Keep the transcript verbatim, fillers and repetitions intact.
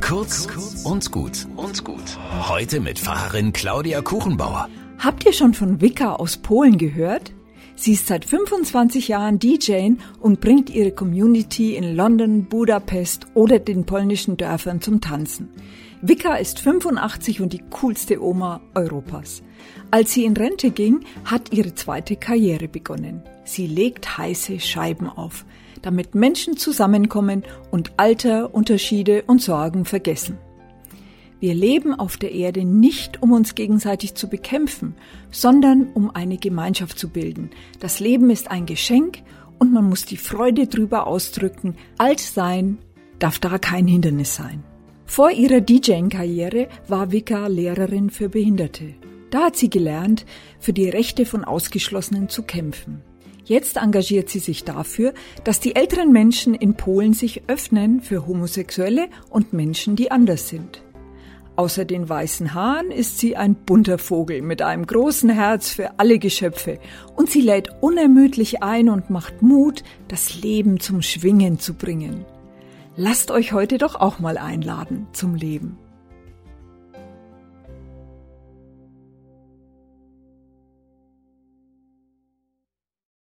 Kurz und gut und gut. Heute mit Pfarrerin Claudia Kuchenbauer. Habt ihr schon von Wicca aus Polen gehört? Sie ist seit fünfundzwanzig Jahren D J und bringt ihre Community in London, Budapest oder den polnischen Dörfern zum Tanzen. Wicca ist fünfundachtzig und die coolste Oma Europas. Als sie in Rente ging, hat ihre zweite Karriere begonnen. Sie legt heiße Scheiben auf, damit Menschen zusammenkommen und Alter, Unterschiede und Sorgen vergessen. Wir leben auf der Erde nicht, um uns gegenseitig zu bekämpfen, sondern um eine Gemeinschaft zu bilden. Das Leben ist ein Geschenk und man muss die Freude drüber ausdrücken. Alt sein darf da kein Hindernis sein. Vor ihrer D J-Karriere war Wicca Lehrerin für Behinderte. Da hat sie gelernt, für die Rechte von Ausgeschlossenen zu kämpfen. Jetzt engagiert sie sich dafür, dass die älteren Menschen in Polen sich öffnen für Homosexuelle und Menschen, die anders sind. Außer den weißen Haaren ist sie ein bunter Vogel mit einem großen Herz für alle Geschöpfe und sie lädt unermüdlich ein und macht Mut, das Leben zum Schwingen zu bringen. Lasst euch heute doch auch mal einladen zum Leben.